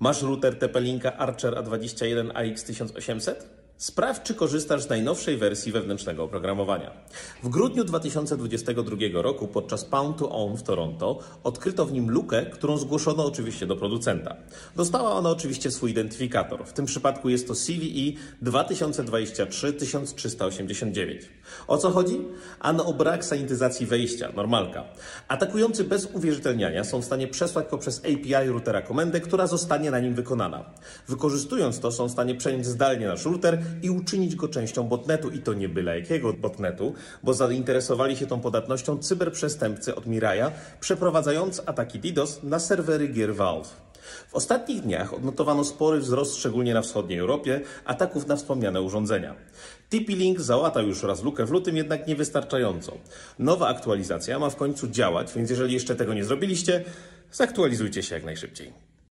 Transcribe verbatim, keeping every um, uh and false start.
Masz router T P-Linka Archer A dwadzieścia jeden A X tysiąc osiemset? Sprawdź, czy korzystasz z najnowszej wersji wewnętrznego oprogramowania. W grudniu dwa tysiące dwudziestego drugiego roku podczas Pound to Own w Toronto odkryto w nim lukę, którą zgłoszono oczywiście do producenta. Dostała ona oczywiście swój identyfikator. W tym przypadku jest to C V E dwa tysiące dwadzieścia trzy tysiąc trzysta osiemdziesiąt dziewięć. O co chodzi? Ano o brak sanityzacji wejścia, normalka. Atakujący bez uwierzytelniania są w stanie przesłać poprzez A P I routera komendę, która zostanie na nim wykonana. Wykorzystując to, są w stanie przejąć zdalnie nasz router i uczynić go częścią botnetu, i to nie byle jakiego botnetu, bo zainteresowali się tą podatnością cyberprzestępcy od Mirai'a, przeprowadzając ataki DDoS na serwery gier Valve. W ostatnich dniach odnotowano spory wzrost, szczególnie na wschodniej Europie, ataków na wspomniane urządzenia. T P-Link załatał już raz lukę w lutym, jednak niewystarczająco. Nowa aktualizacja ma w końcu działać, więc jeżeli jeszcze tego nie zrobiliście, zaktualizujcie się jak najszybciej.